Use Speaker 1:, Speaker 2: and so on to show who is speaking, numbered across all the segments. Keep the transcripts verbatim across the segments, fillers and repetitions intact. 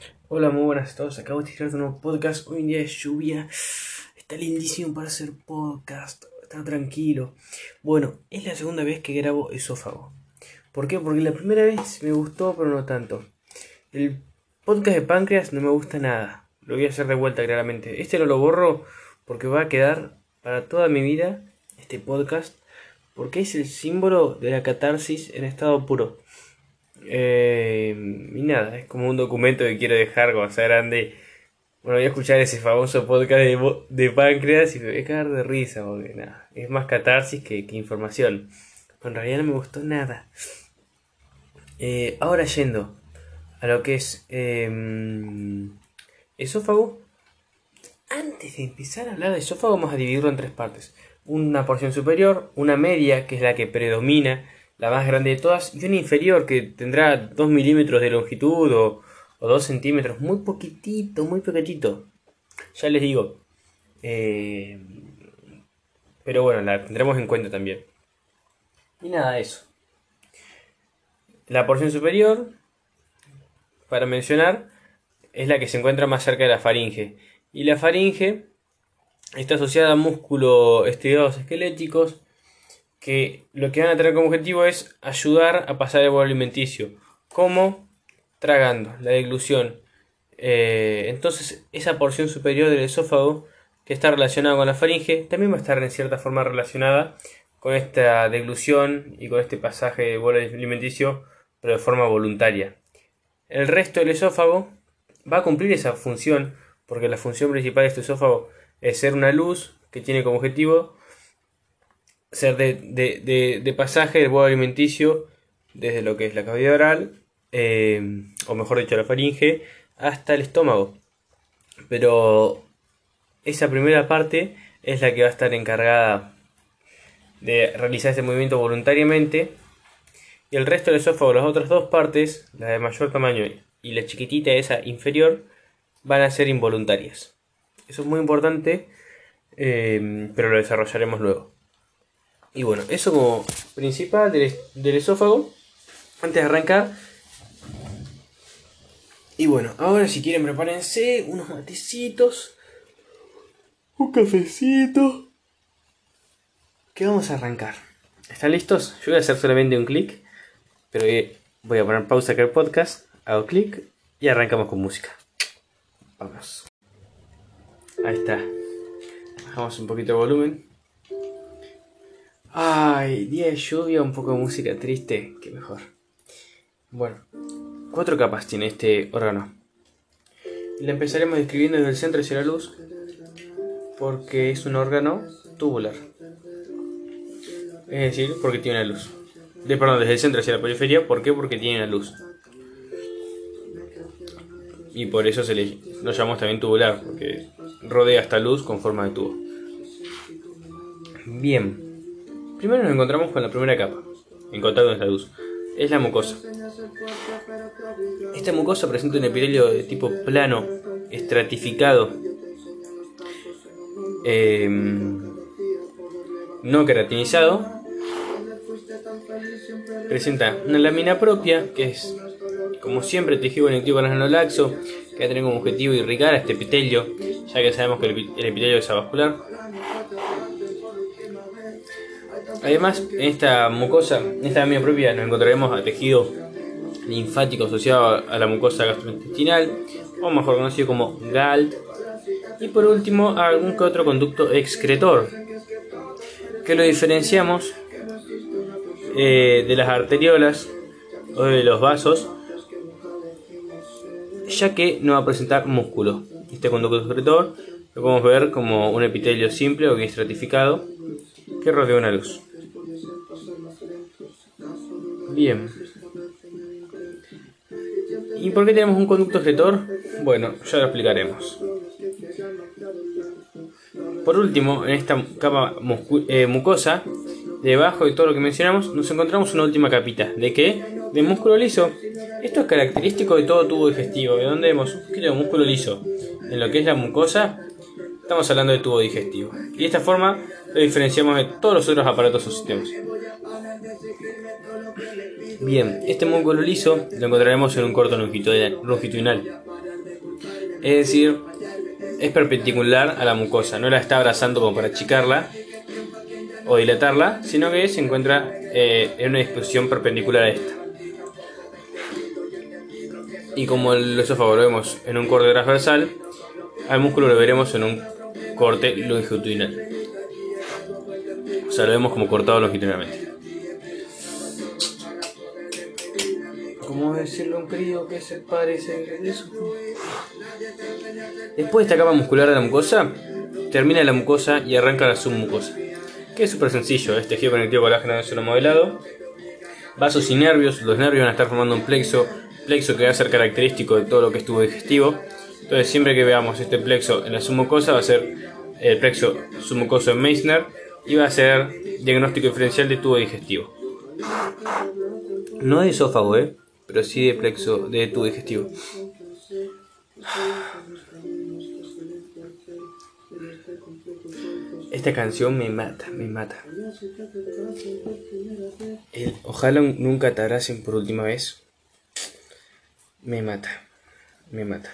Speaker 1: Hola, muy buenas a todos. Acabo de tirar un nuevo podcast. Hoy en día es lluvia. Está lindísimo para hacer podcast. Está tranquilo. Bueno, es la segunda vez que grabo Esófago. ¿Por qué? Porque la primera vez me gustó, pero no tanto. El podcast de Páncreas no me gusta nada. Lo voy a hacer de vuelta, claramente. Este no lo borro porque va a quedar para toda mi vida este podcast. Porque es el símbolo de la catarsis en estado puro. Eh, y nada, es como un documento que quiero dejar cuando sea grande. Bueno, voy a escuchar ese famoso podcast de, Bo- de Páncreas y me voy a cagar de risa, porque nada, es más catarsis que, que información. En realidad no me gustó nada. Eh, ahora yendo a lo que es eh, esófago. Antes de empezar a hablar de esófago, vamos a dividirlo en tres partes. Una porción superior, una media, que es la que predomina, la más grande de todas, y una inferior, que tendrá dos milímetros de longitud o, o dos centímetros, muy poquitito, muy poquitito. Ya les digo. Eh, pero bueno, la tendremos en cuenta también. Y nada, eso. La porción superior, para mencionar, es la que se encuentra más cerca de la faringe. Y la faringe está asociada a músculos estriados esqueléticos que lo que van a tener como objetivo es ayudar a pasar el bolo alimenticio. ¿Cómo? Tragando, la deglución. Eh, entonces, esa porción superior del esófago que está relacionada con la faringe también va a estar en cierta forma relacionada con esta deglución y con este pasaje de bolo alimenticio, pero de forma voluntaria. El resto del esófago va a cumplir esa función, porque la función principal de este esófago es ser una luz que tiene como objetivo ser de, de, de, de pasaje del bolo alimenticio desde lo que es la cavidad oral, eh, o mejor dicho la faringe, hasta el estómago. Pero esa primera parte es la que va a estar encargada de realizar este movimiento voluntariamente, y el resto del esófago, las otras dos partes, la de mayor tamaño y la chiquitita esa inferior, van a ser involuntarias. Eso es muy importante, eh, pero lo desarrollaremos luego. Y bueno, eso como principal del, del esófago. Antes de arrancar. Y bueno, ahora si quieren prepárense unos matecitos. Un cafecito. Que vamos a arrancar. ¿Están listos? Yo voy a hacer solamente un clic. Pero voy a poner pausa acá el podcast. Hago clic y arrancamos con música. Vamos. Ahí está. Bajamos un poquito de volumen. Ay, día de lluvia, un poco de música triste. Qué mejor. Bueno. Cuatro capas tiene este órgano. La empezaremos describiendo desde el centro hacia la luz, porque es un órgano tubular. Es decir, porque tiene una luz. De, perdón, desde el centro hacia la periferia, ¿por qué? Porque tiene una luz. Y por eso se le lo llamamos también tubular, porque rodea esta luz con forma de tubo. Bien. Primero nos encontramos con la primera capa, en contacto con esta luz. Es la mucosa. Esta mucosa presenta un epitelio de tipo plano, estratificado, eh, no queratinizado. Presenta una lámina propia, que es, como siempre, tejido conectivo laxo, que va a tener como objetivo irrigar a este epitelio, ya que sabemos que el epitelio es avascular. Además, en esta mucosa, en esta lámina propia, nos encontraremos a tejido linfático asociado a la mucosa gastrointestinal, o mejor conocido como GALT, y por último a algún que otro conducto excretor, que lo diferenciamos eh, de las arteriolas o de los vasos, ya que no va a presentar músculo. Este conducto excretor lo podemos ver como un epitelio simple o estratificado que rodea una luz. Bien. ¿Y por qué tenemos un conducto excretor? Bueno, ya lo explicaremos. Por último, en esta capa eh, mucosa, debajo de todo lo que mencionamos, nos encontramos una última capita. ¿De qué? De músculo liso. Esto es característico de todo tubo digestivo. ¿De dónde vemos un poquito de músculo liso? En lo que es la mucosa, estamos hablando de tubo digestivo. Y de esta forma lo diferenciamos de todos los otros aparatos o sistemas. Bien, este músculo liso lo encontraremos en un corto longitudinal. Es decir, es perpendicular a la mucosa, no la está abrazando como para achicarla o dilatarla, sino que se encuentra eh, en una disposición perpendicular a esta. Y como el esófago lo vemos en un corte transversal, al músculo lo veremos en un corte longitudinal. O sea, lo vemos como cortado longitudinalmente. ¿Cómo decirle a un crío que se parece a eso? Después de esta capa muscular de la mucosa, termina la mucosa y arranca la submucosa, que es súper sencillo. Es tejido conectivo colágeno de solo modelado, vasos y nervios. Los nervios van a estar formando un plexo, plexo que va a ser característico de todo lo que es tubo digestivo. Entonces siempre que veamos este plexo en la submucosa va a ser el plexo submucoso de Meissner y va a ser diagnóstico diferencial de tubo digestivo. No de esófago, ¿eh? Pero sí de plexo de tubo digestivo. Esta canción me mata, me mata. El ojalá nunca te abracen por última vez. Me mata, me mata.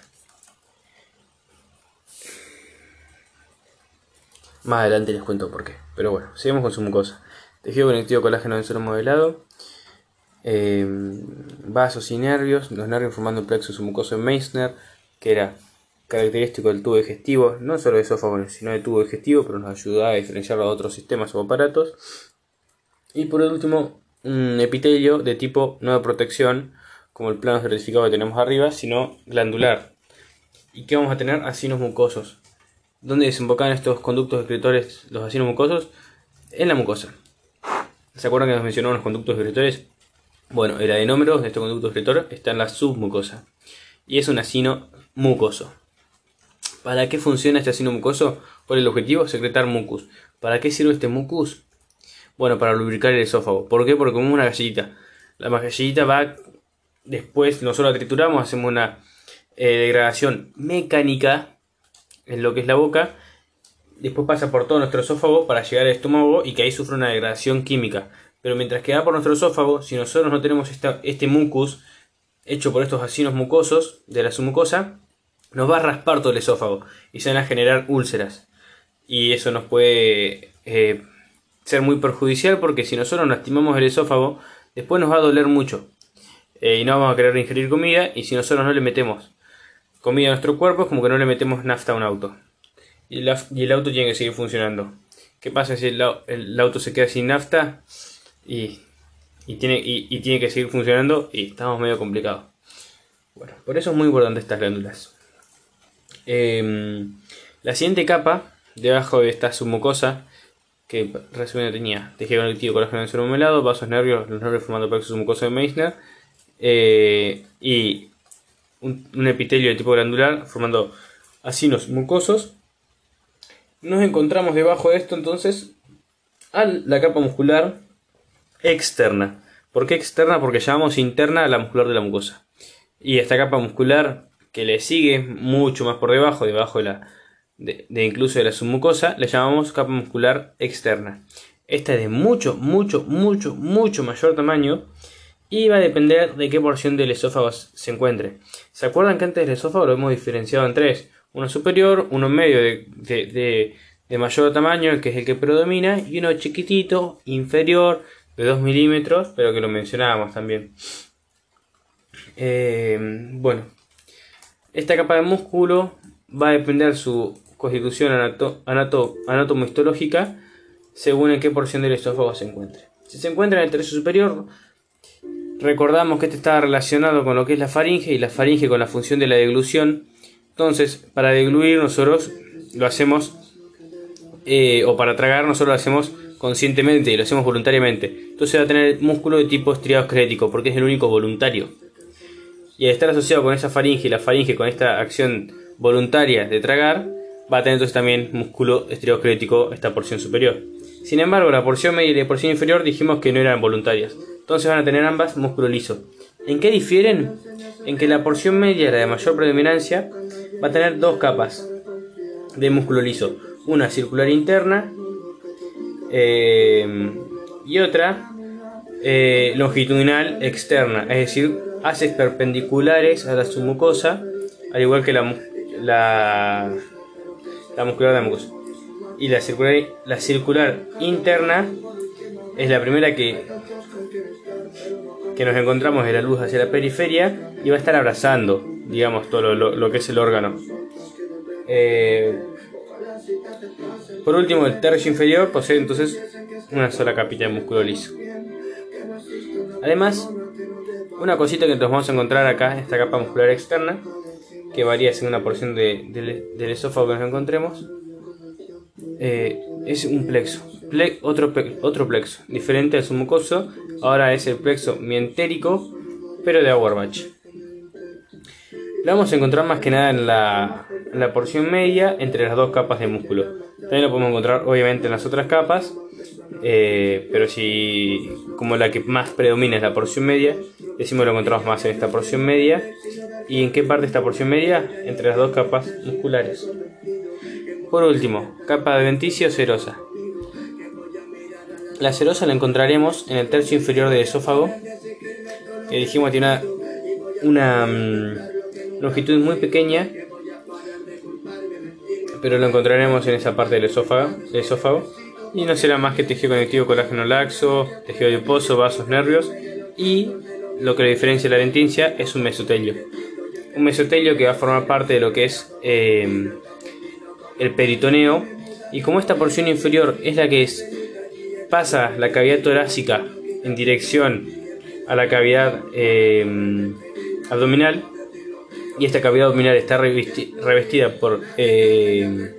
Speaker 1: Más adelante les cuento por qué. Pero bueno, seguimos con su mucosa. Tejido conectivo colágeno de solo modelado. Eh, vasos y nervios. Los nervios formando el plexo submucoso de Meissner, que era característico del tubo digestivo, no solo de esófago, sino de tubo digestivo, pero nos ayuda a diferenciarlo de otros sistemas o aparatos. Y por último, un epitelio de tipo no de protección, como el plano certificado que tenemos arriba, sino glandular. ¿Y qué vamos a tener? Acinos mucosos. ¿Dónde desembocan estos conductos excretores, los acinos mucosos? En la mucosa. ¿Se acuerdan que nos mencionó los conductos excretores? Bueno, el adenómero de este conducto excretor está en la submucosa. Y es un acino mucoso. ¿Para qué funciona este acino mucoso? ¿Cuál es el objetivo? Secretar mucus. ¿Para qué sirve este mucus? Bueno, para lubricar el esófago. ¿Por qué? Porque como una galletita. La galletita va, después nosotros la trituramos, hacemos una eh, degradación mecánica en lo que es la boca. Después pasa por todo nuestro esófago para llegar al estómago y que ahí sufre una degradación química. Pero mientras que va por nuestro esófago, si nosotros no tenemos esta, este mucus hecho por estos acinos mucosos de la submucosa, nos va a raspar todo el esófago y se van a generar úlceras. Y eso nos puede eh, ser muy perjudicial, porque si nosotros lastimamos el esófago, después nos va a doler mucho. Eh, y no vamos a querer ingerir comida, y si nosotros no le metemos comida a nuestro cuerpo, es como que no le metemos nafta a un auto. Y, la, y el auto tiene que seguir funcionando. ¿Qué pasa si el, el auto se queda sin nafta? Y, y, tiene, y, y tiene que seguir funcionando y estamos medio complicados. Bueno, por eso es muy importante estas glándulas. Eh, la siguiente capa, debajo de esta submucosa, que resumiendo tenía tejido conectivo colágeno de solo modelado, vasos nervios, los nervios formando plexo submucoso de Meissner, eh, y un, un epitelio de tipo glandular formando acinos mucosos. Nos encontramos debajo de esto entonces a la capa muscular externa. ¿Por qué externa? Porque llamamos interna a la muscular de la mucosa. Y esta capa muscular que le sigue mucho más por debajo, debajo de la de, de incluso de la submucosa, le llamamos capa muscular externa. Esta es de mucho, mucho, mucho, mucho mayor tamaño y va a depender de qué porción del esófago se encuentre. ¿Se acuerdan que antes del esófago lo hemos diferenciado en tres? Uno superior, uno medio de, de, de, de mayor tamaño, que es el que predomina, y uno chiquitito, inferior, de dos milímetros, pero que lo mencionábamos también. Eh, bueno, esta capa de músculo va a depender su constitución anato, anato, anatomo-histológica según en qué porción del esófago se encuentre. Si se encuentra en el tercio superior, recordamos que este está relacionado con lo que es la faringe, y la faringe con la función de la deglución. Entonces, para degluir nosotros lo hacemos, eh, o para tragar nosotros lo hacemos conscientemente y lo hacemos voluntariamente. Entonces va a tener músculo de tipo estriado esquelético, porque es el único voluntario. Y al estar asociado con esa faringe y la faringe con esta acción voluntaria de tragar, va a tener entonces también músculo estriado esquelético esta porción superior. Sin embargo, la porción media y la porción inferior dijimos que no eran voluntarias. Entonces van a tener ambas músculo liso. ¿En qué difieren? En que la porción media, la de mayor predominancia, va a tener dos capas de músculo liso. Una circular interna eh, y otra eh, longitudinal externa. Es decir, haces perpendiculares a la submucosa, al igual que la, la, la muscular de la mucosa. Y la circular, la circular interna es la primera que, que nos encontramos de la luz hacia la periferia y va a estar abrazando, digamos, todo lo, lo, lo que es el órgano. Eh, por último, el tercio inferior posee entonces una sola capita de músculo liso. Además, una cosita que nos vamos a encontrar acá en esta capa muscular externa, que varía según la porción de, de, del esófago que nos encontremos, eh, es un plexo, Ple otro, otro plexo, diferente al submucoso. Ahora es el plexo mientérico, pero de Auerbach. Lo vamos a encontrar más que nada en la, en la porción media entre las dos capas de músculo. También lo podemos encontrar obviamente en las otras capas, eh, pero si como la que más predomina es la porción media, decimos que lo encontramos más en esta porción media. ¿Y en qué parte de esta porción media? Entre las dos capas musculares. Por último, capa adventicia o serosa. La serosa la encontraremos en el tercio inferior del esófago, que dijimos que tiene una, una um, longitud muy pequeña, pero lo encontraremos en esa parte del esófago, del esófago y no será más que tejido conectivo, colágeno laxo, tejido adiposo, vasos, nervios, y lo que le diferencia la adventicia es un mesotelio. Un mesotelio que va a formar parte de lo que es eh, el peritoneo, y como esta porción inferior es la que es, pasa la cavidad torácica en dirección a la cavidad eh, abdominal, y esta cavidad abdominal está revesti revestida por eh,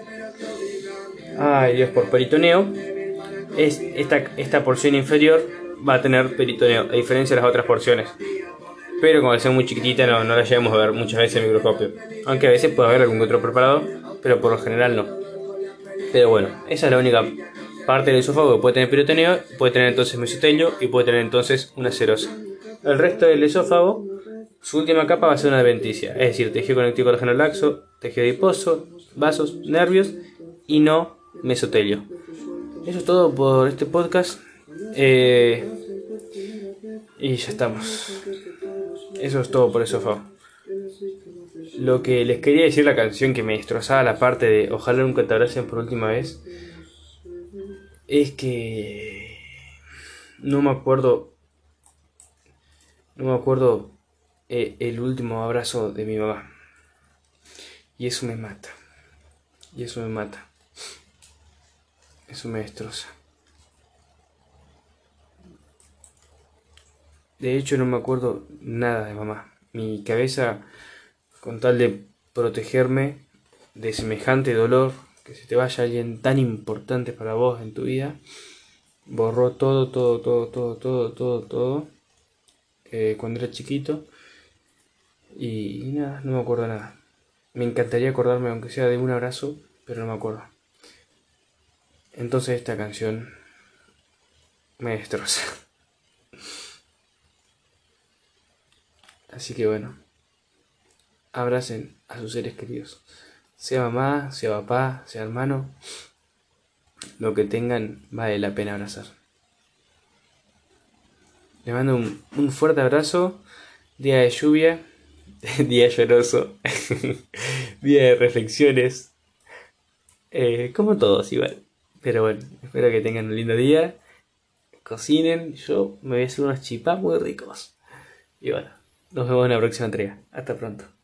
Speaker 1: ay Dios, por peritoneo, es esta, esta porción inferior va a tener peritoneo, a diferencia de las otras porciones. Pero como al ser muy chiquitita no, no la llegamos a ver muchas veces en el microscopio. Aunque a veces puede haber algún otro preparado, pero por lo general no. Pero bueno, esa es la única parte del esófago que puede tener peritoneo, puede tener entonces mesotelio y puede tener entonces una serosa. El resto del esófago, su última capa va a ser una adventicia, es decir, tejido conectivo colágeno laxo, tejido adiposo, vasos, nervios y no mesotelio. Eso es todo por este podcast. Eh, y ya estamos. Eso es todo por esófago. Lo que les quería decir, la canción que me destrozaba la parte de ojalá nunca te abracen por última vez, es que no me acuerdo no me acuerdo eh, el último abrazo de mi mamá, y eso me mata, y eso me mata, eso me destroza. De hecho no me acuerdo nada de mamá. Mi cabeza, con tal de protegerme de semejante dolor, que se te vaya alguien tan importante para vos en tu vida, borró todo, todo, todo, todo, todo, todo, todo, eh, cuando era chiquito, y, y nada, no me acuerdo nada. Me encantaría acordarme, aunque sea de un abrazo, pero no me acuerdo. Entonces esta canción me destroza. Así que bueno, abracen a sus seres queridos. Sea mamá, sea papá, sea hermano, lo que tengan vale la pena abrazar. Les mando un, un fuerte abrazo. Día de lluvia, día lloroso, día de reflexiones, eh, como todos igual. Pero bueno, espero que tengan un lindo día. Cocinen, yo me voy a hacer unos chipás muy ricos. Y bueno, nos vemos en la próxima entrega. Hasta pronto.